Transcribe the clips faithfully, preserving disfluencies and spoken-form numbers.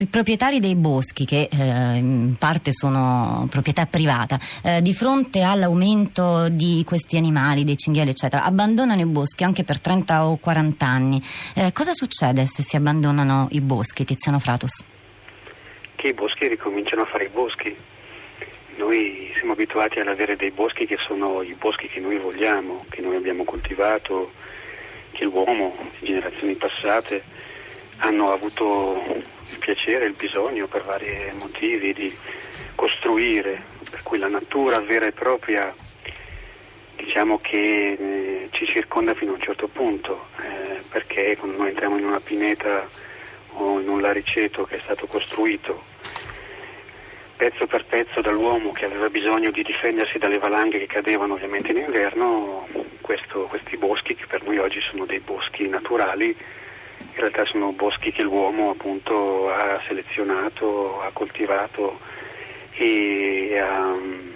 I proprietari dei boschi, che eh, in parte sono proprietà privata, eh, di fronte all'aumento di questi animali, dei cinghiali eccetera, abbandonano i boschi anche per trenta o quaranta anni. Eh, cosa succede se si abbandonano i boschi, Tiziano Fratus? Che i boschi ricominciano a fare i boschi. Noi siamo abituati ad avere dei boschi che sono i boschi che noi vogliamo, che noi abbiamo coltivato, che l'uomo, le generazioni passate, hanno avuto il piacere, il bisogno per vari motivi di costruire, per cui la natura vera e propria diciamo che eh, ci circonda fino a un certo punto, eh, perché quando noi entriamo in una pineta o in un lariceto che è stato costruito pezzo per pezzo dall'uomo, che aveva bisogno di difendersi dalle valanghe che cadevano ovviamente in inverno, questo, questi boschi, che per noi oggi sono dei boschi naturali, in realtà sono boschi che l'uomo appunto ha selezionato, ha coltivato e ha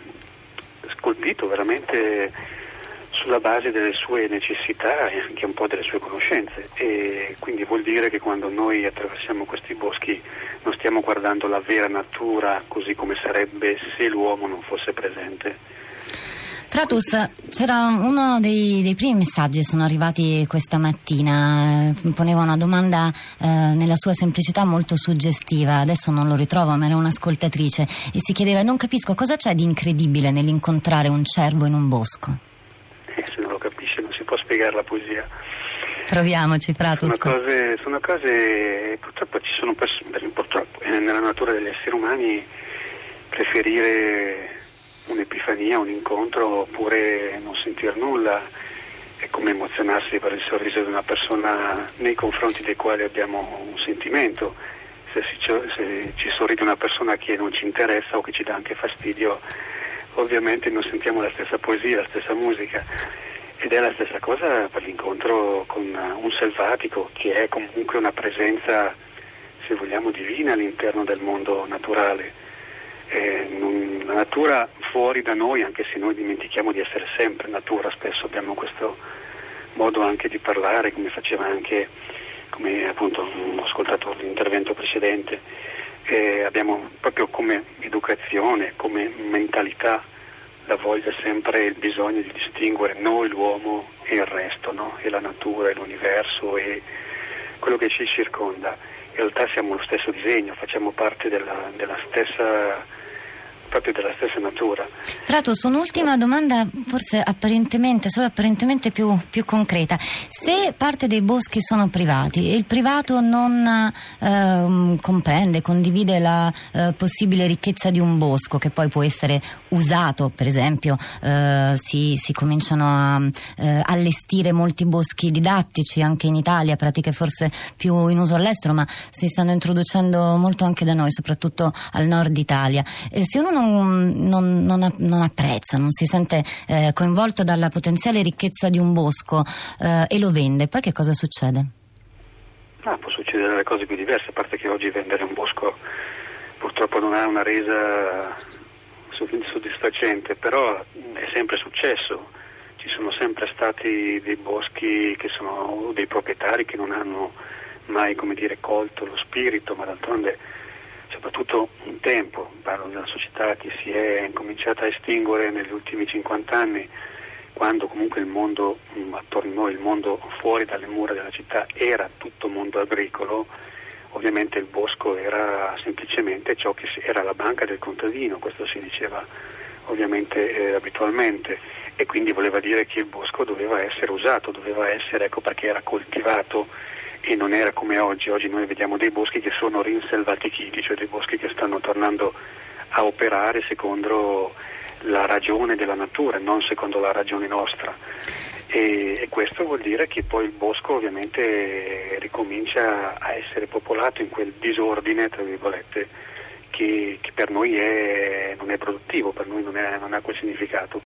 scolpito veramente sulla base delle sue necessità e anche un po' delle sue conoscenze, e quindi vuol dire che quando noi attraversiamo questi boschi non stiamo guardando la vera natura così come sarebbe se l'uomo non fosse presente. Fratus, c'era uno dei, dei primi messaggi che sono arrivati questa mattina, poneva una domanda eh, nella sua semplicità molto suggestiva, adesso non lo ritrovo ma era un'ascoltatrice e si chiedeva: non capisco cosa c'è di incredibile nell'incontrare un cervo in un bosco. Eh, se non lo capisce non si può spiegare la poesia. Proviamoci, Fratus. Sono cose, sono cose purtroppo ci sono persone, purtroppo eh, nella natura degli esseri umani preferire un'epifania, un incontro, oppure non sentir nulla. È come emozionarsi per il sorriso di una persona nei confronti dei quali abbiamo un sentimento. Se, si, se ci sorride una persona che non ci interessa o che ci dà anche fastidio, ovviamente non sentiamo la stessa poesia, la stessa musica. Ed è la stessa cosa per l'incontro con un selvatico, che è comunque una presenza, se vogliamo, divina all'interno del mondo naturale. Eh, non, la natura fuori da noi, anche se noi dimentichiamo di essere sempre natura, spesso abbiamo questo modo anche di parlare, come faceva anche, come appunto ho ascoltato l'intervento precedente, eh, abbiamo proprio come educazione, come mentalità, la voglia sempre, il bisogno di distinguere noi, l'uomo, e il resto, no? E la natura, e l'universo, e quello che ci circonda. In realtà siamo lo stesso disegno, facciamo parte della, della stessa, proprio della stessa natura. Fratus, un'ultima domanda, forse apparentemente, solo apparentemente più, più concreta. Se parte dei boschi sono privati e il privato non eh, comprende, condivide la eh, possibile ricchezza di un bosco che poi può essere usato, per esempio eh, si, si cominciano a eh, allestire molti boschi didattici anche in Italia, pratiche forse più in uso all'estero, ma si stanno introducendo molto anche da noi, soprattutto al nord Italia. E se uno non, non, non, non apprezza, non si sente eh, coinvolto dalla potenziale ricchezza di un bosco eh, e lo vende, poi che cosa succede? Ah, può succedere delle cose più diverse, a parte che oggi vendere un bosco purtroppo non ha una resa soddisfacente, però è sempre successo. Ci sono sempre stati dei boschi che sono dei proprietari che non hanno mai, come dire, colto lo spirito, ma d'altronde soprattutto un tempo, parlo della società che si è cominciata a estinguere negli ultimi cinquanta anni, quando comunque il mondo attorno a noi, il mondo fuori dalle mura della città era tutto mondo agricolo. Ovviamente il bosco era semplicemente ciò che era la banca del contadino, questo si diceva ovviamente eh, abitualmente, e quindi voleva dire che il bosco doveva essere usato, doveva essere, ecco perché era coltivato e non era come oggi. Oggi noi vediamo dei boschi che sono rinselvatichiti, cioè dei boschi che stanno tornando a operare secondo la ragione della natura, non secondo la ragione nostra. E, e questo vuol dire che poi il bosco ovviamente ricomincia a essere popolato in quel disordine, tra virgolette, che, che per noi è, non è produttivo, per noi non, è, non ha quel significato.